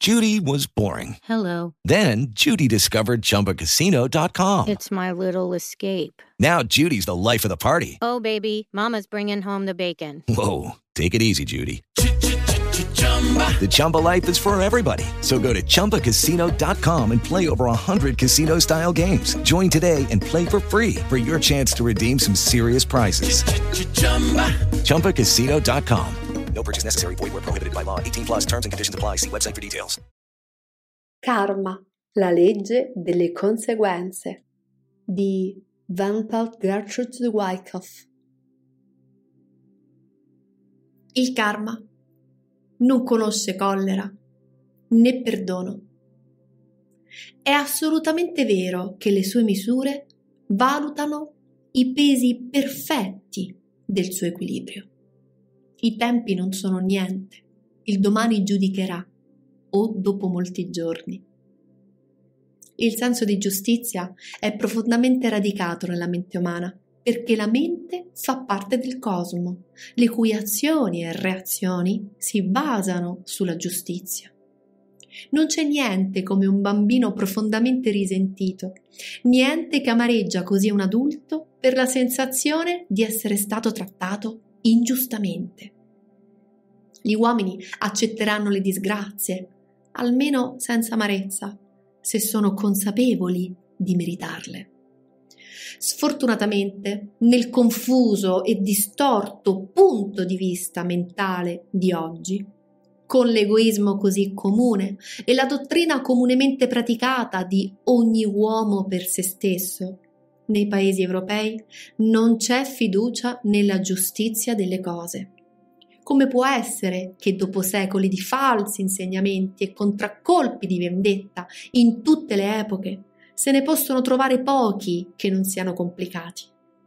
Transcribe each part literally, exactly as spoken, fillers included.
Judy was boring. Hello. Then Judy discovered Chumba Casino dot com. It's my little escape. Now Judy's the life of the party. Oh, baby, mama's bringing home the bacon. Whoa, take it easy, Judy. The Chumba life is for everybody. So go to Chumba Casino dot com and play over one hundred casino-style games. Join today and play for free for your chance to redeem some serious prizes. Chumba Casino dot com. No purchase necessary. Void where prohibited by law. eighteen plus terms and conditions apply. See website for details. Karma, la legge delle conseguenze di Vanpelt Gertrude Wyckoff. Il karma non conosce collera né perdono. È assolutamente vero che le sue misure valutano i pesi perfetti del suo equilibrio. I tempi non sono niente, il domani giudicherà, o dopo molti giorni. Il senso di giustizia è profondamente radicato nella mente umana, perché la mente fa parte del cosmo, le cui azioni e reazioni si basano sulla giustizia. Non c'è niente come un bambino profondamente risentito, niente che amareggia così un adulto per la sensazione di essere stato trattato ingiustamente. Gli uomini accetteranno le disgrazie, almeno senza amarezza, se sono consapevoli di meritarle. Sfortunatamente, nel confuso e distorto punto di vista mentale di oggi, con l'egoismo così comune e la dottrina comunemente praticata di ogni uomo per se stesso, nei paesi europei non c'è fiducia nella giustizia delle cose. Come può essere che dopo secoli di falsi insegnamenti e contraccolpi di vendetta in tutte le epoche se ne possono trovare pochi che non siano complicati?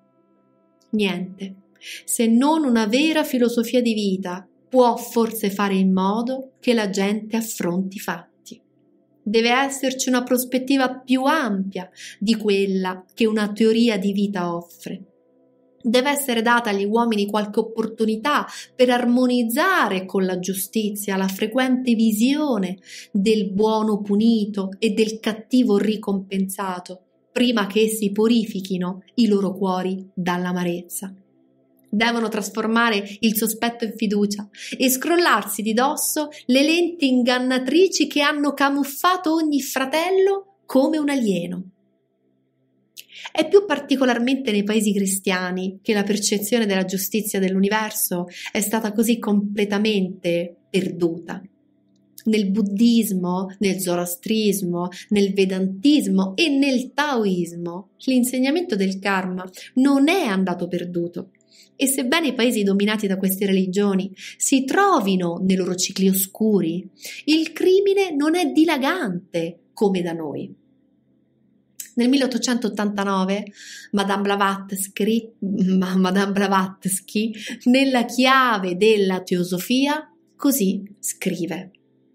Niente, se non una vera filosofia di vita, può forse fare in modo che la gente affronti i fatti. Deve esserci una prospettiva più ampia di quella che una teoria di vita offre. Deve essere data agli uomini qualche opportunità per armonizzare con la giustizia la frequente visione del buono punito e del cattivo ricompensato, prima che essi purifichino i loro cuori dall'amarezza. Devono trasformare il sospetto in fiducia e scrollarsi di dosso le lenti ingannatrici che hanno camuffato ogni fratello come un alieno. È più particolarmente nei paesi cristiani che la percezione della giustizia dell'universo è stata così completamente perduta. Nel buddismo, nel zoroastrismo, nel vedantismo e nel taoismo l'insegnamento del karma non è andato perduto. E sebbene i paesi dominati da queste religioni si trovino nei loro cicli oscuri, il crimine non è dilagante come da noi. Nel milleottocentottantanove Madame Blavatsky, Madame Blavatsky, nella chiave della teosofia, così scrive: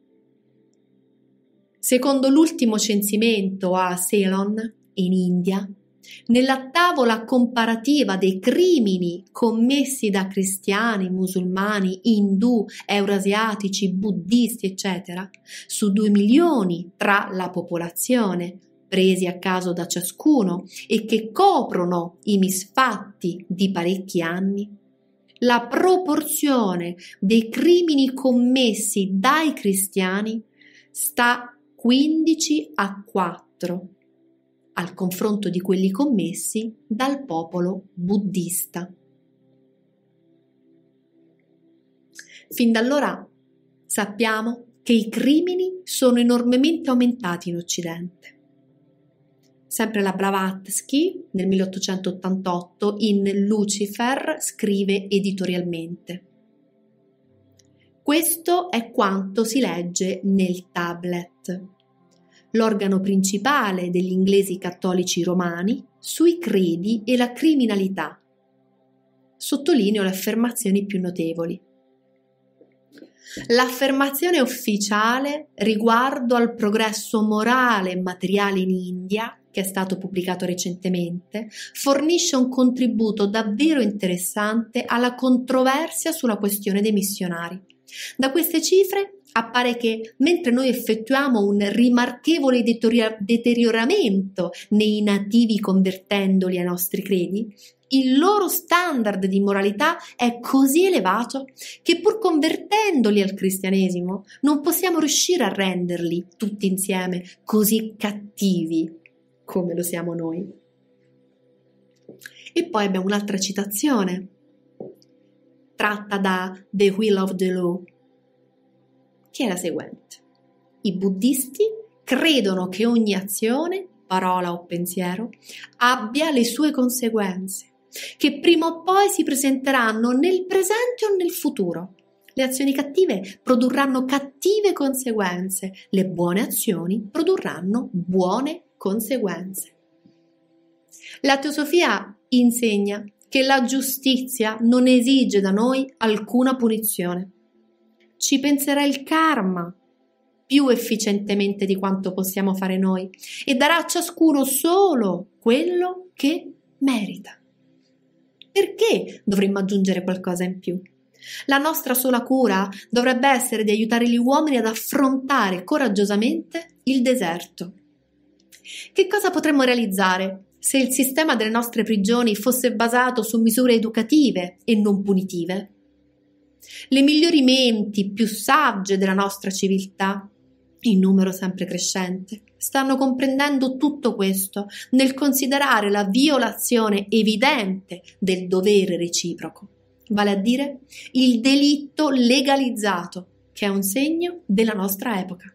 secondo l'ultimo censimento a Ceylon, in India, nella tavola comparativa dei crimini commessi da cristiani, musulmani, indù, eurasiatici, buddisti, eccetera, su due milioni tra la popolazione, presi a caso da ciascuno e che coprono i misfatti di parecchi anni, la proporzione dei crimini commessi dai cristiani sta quindici a quattro al confronto di quelli commessi dal popolo buddista. Fin da allora sappiamo che i crimini sono enormemente aumentati in Occidente. Sempre la Blavatsky, nel milleottocentottantotto, in Lucifer, scrive editorialmente: questo è quanto si legge nel Tablet, l'organo principale degli inglesi cattolici romani sui credi e la criminalità. Sottolineo le affermazioni più notevoli. L'affermazione ufficiale riguardo al progresso morale e materiale in India, che è stato pubblicato recentemente, fornisce un contributo davvero interessante alla controversia sulla questione dei missionari. Da queste cifre Appare che mentre noi effettuiamo un rimarchevole deterioramento nei nativi convertendoli ai nostri credi, il loro standard di moralità è così elevato che pur convertendoli al cristianesimo non possiamo riuscire a renderli tutti insieme così cattivi come lo siamo noi. E poi abbiamo un'altra citazione tratta da The Wheel of the Law, che è la seguente: i buddisti credono che ogni azione, parola o pensiero abbia le sue conseguenze, che prima o poi si presenteranno nel presente o nel futuro. Le azioni cattive produrranno cattive conseguenze, le buone azioni produrranno buone conseguenze. La teosofia insegna che la giustizia non esige da noi alcuna punizione. Ci penserà il karma più efficientemente di quanto possiamo fare noi e darà a ciascuno solo quello che merita. Perché dovremmo aggiungere qualcosa in più? La nostra sola cura dovrebbe essere di aiutare gli uomini ad affrontare coraggiosamente il deserto. Che cosa potremmo realizzare se il sistema delle nostre prigioni fosse basato su misure educative e non punitive? Le migliori menti più sagge della nostra civiltà, in numero sempre crescente, stanno comprendendo tutto questo nel considerare la violazione evidente del dovere reciproco, vale a dire il delitto legalizzato, che è un segno della nostra epoca.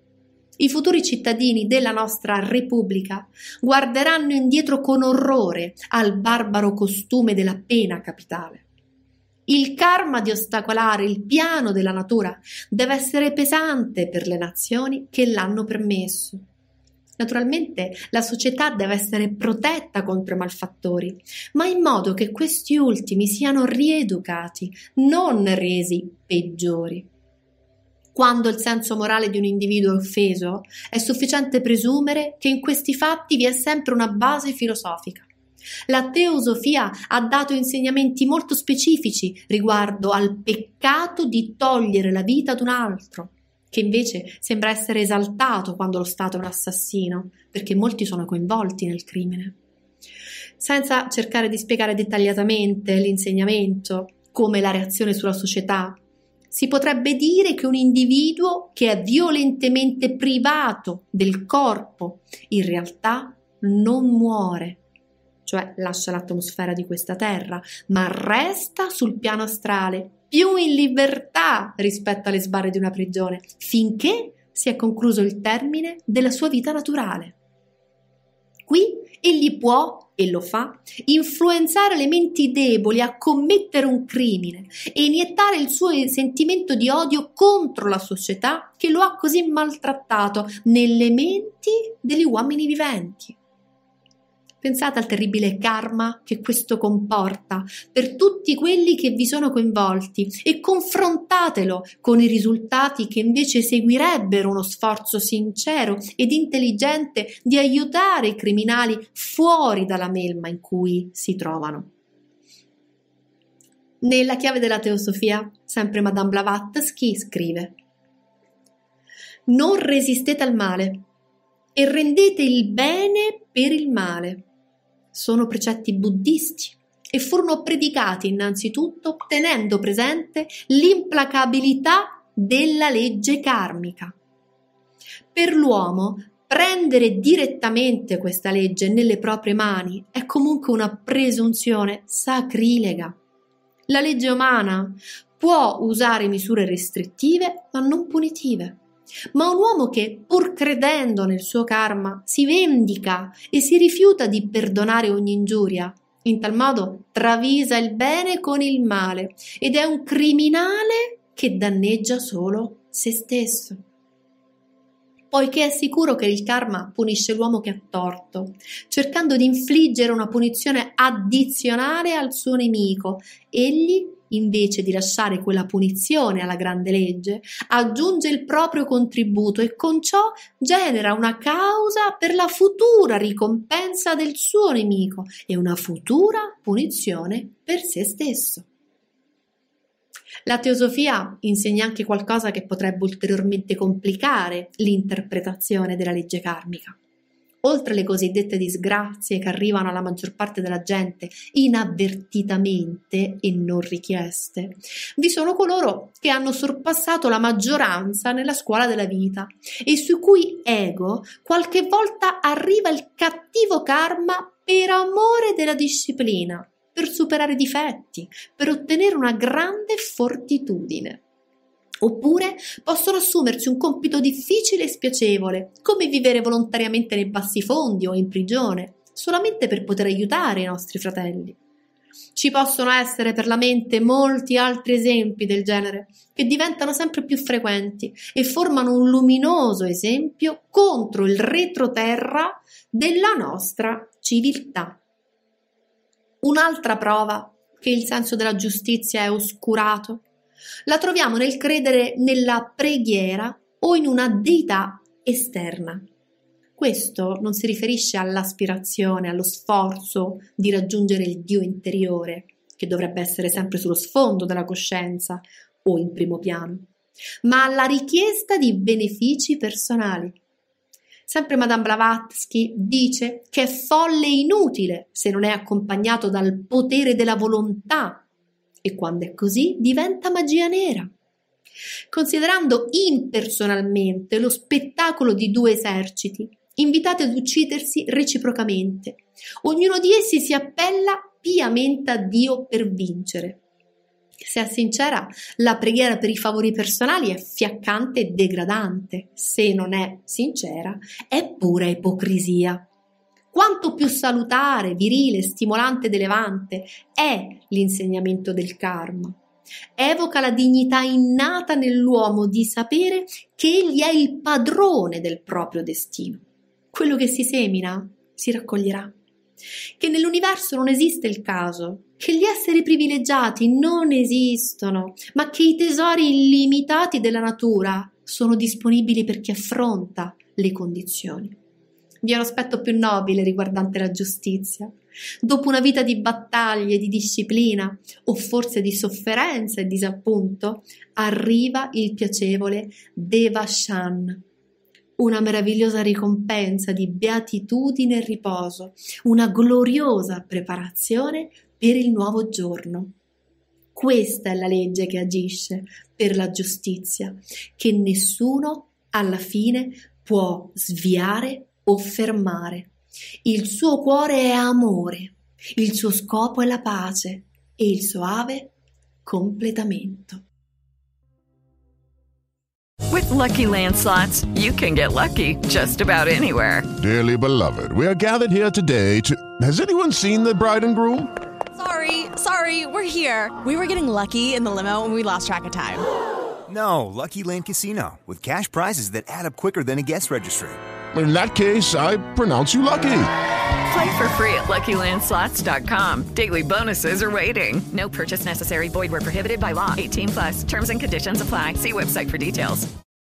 I futuri cittadini della nostra Repubblica guarderanno indietro con orrore al barbaro costume della pena capitale. Il karma di ostacolare il piano della natura deve essere pesante per le nazioni che l'hanno permesso. Naturalmente la società deve essere protetta contro i malfattori, ma in modo che questi ultimi siano rieducati, non resi peggiori. Quando il senso morale di un individuo è offeso, è sufficiente presumere che in questi fatti vi è sempre una base filosofica. La teosofia ha dato insegnamenti molto specifici riguardo al peccato di togliere la vita ad un altro, che invece sembra essere esaltato quando lo Stato è un assassino, perché molti sono coinvolti nel crimine. Senza cercare di spiegare dettagliatamente l'insegnamento come la reazione sulla società, si potrebbe dire che un individuo che è violentemente privato del corpo in realtà non muore, cioè lascia l'atmosfera di questa terra, ma resta sul piano astrale, più in libertà rispetto alle sbarre di una prigione, finché si è concluso il termine della sua vita naturale. Qui egli può, e lo fa, influenzare le menti deboli a commettere un crimine e iniettare il suo sentimento di odio contro la società che lo ha così maltrattato nelle menti degli uomini viventi. Pensate al terribile karma che questo comporta per tutti quelli che vi sono coinvolti e confrontatelo con i risultati che invece seguirebbero uno sforzo sincero ed intelligente di aiutare i criminali fuori dalla melma in cui si trovano. Nella chiave della teosofia, sempre Madame Blavatsky scrive: non resistete al male e rendete il bene per il male. Sono precetti buddisti e furono predicati innanzitutto tenendo presente l'implacabilità della legge karmica. Per l'uomo, prendere direttamente questa legge nelle proprie mani è comunque una presunzione sacrilega. La legge umana può usare misure restrittive ma non punitive. Ma un uomo che, pur credendo nel suo karma, si vendica e si rifiuta di perdonare ogni ingiuria, in tal modo travisa il bene con il male ed è un criminale che danneggia solo se stesso. Poiché è sicuro che il karma punisce l'uomo che ha torto, cercando di infliggere una punizione addizionale al suo nemico, egli, invece di lasciare quella punizione alla grande legge, aggiunge il proprio contributo e con ciò genera una causa per la futura ricompensa del suo nemico e una futura punizione per se stesso. La teosofia insegna anche qualcosa che potrebbe ulteriormente complicare l'interpretazione della legge karmica. Oltre alle cosiddette disgrazie che arrivano alla maggior parte della gente inavvertitamente e non richieste, vi sono coloro che hanno sorpassato la maggioranza nella scuola della vita e su cui ego qualche volta arriva il cattivo karma per amore della disciplina, per superare i difetti, per ottenere una grande fortitudine. Oppure possono assumersi un compito difficile e spiacevole, come vivere volontariamente nei bassifondi o in prigione, solamente per poter aiutare i nostri fratelli. Ci possono essere per la mente molti altri esempi del genere, che diventano sempre più frequenti e formano un luminoso esempio contro il retroterra della nostra civiltà. Un'altra prova che il senso della giustizia è oscurato la troviamo nel credere nella preghiera o in una deità esterna. Questo non si riferisce all'aspirazione, allo sforzo di raggiungere il Dio interiore, che dovrebbe essere sempre sullo sfondo della coscienza o in primo piano, ma alla richiesta di benefici personali. Sempre Madame Blavatsky dice che è folle e inutile se non è accompagnato dal potere della volontà, e quando è così diventa magia nera. Considerando impersonalmente lo spettacolo di due eserciti, invitati ad uccidersi reciprocamente, ognuno di essi si appella piamente a Dio per vincere. Se è sincera, la preghiera per i favori personali è fiaccante e degradante. Se non è sincera, è pura ipocrisia. Quanto più salutare, virile, stimolante ed elevante è l'insegnamento del karma. Evoca la dignità innata nell'uomo di sapere che egli è il padrone del proprio destino. Quello che si semina si raccoglierà. Che nell'universo non esiste il caso, che gli esseri privilegiati non esistono, ma che i tesori illimitati della natura sono disponibili per chi affronta le condizioni. Vi è un aspetto più nobile riguardante la giustizia. Dopo una vita di battaglie, di disciplina o forse di sofferenza e disappunto, arriva il piacevole Devachan, una meravigliosa ricompensa di beatitudine e riposo, una gloriosa preparazione per il nuovo giorno. Questa è la legge che agisce per la giustizia, che nessuno alla fine può sviare o fermare. Il suo cuore è amore, il suo scopo è la pace e il soave completamento. With Lucky Land Slots, you can get lucky just about anywhere. Dearly beloved, we are gathered here today to... Has anyone seen the bride and groom? Sorry, sorry, we're here. We were getting lucky in the limo and we lost track of time. No, Lucky Land Casino, with cash prizes that add up quicker than a guest registry. In that case, I pronounce you lucky. Play for free at Lucky Land Slots dot com. Daily bonuses are waiting. No purchase necessary. Void where prohibited by law. eighteen plus. Terms and conditions apply. See website for details.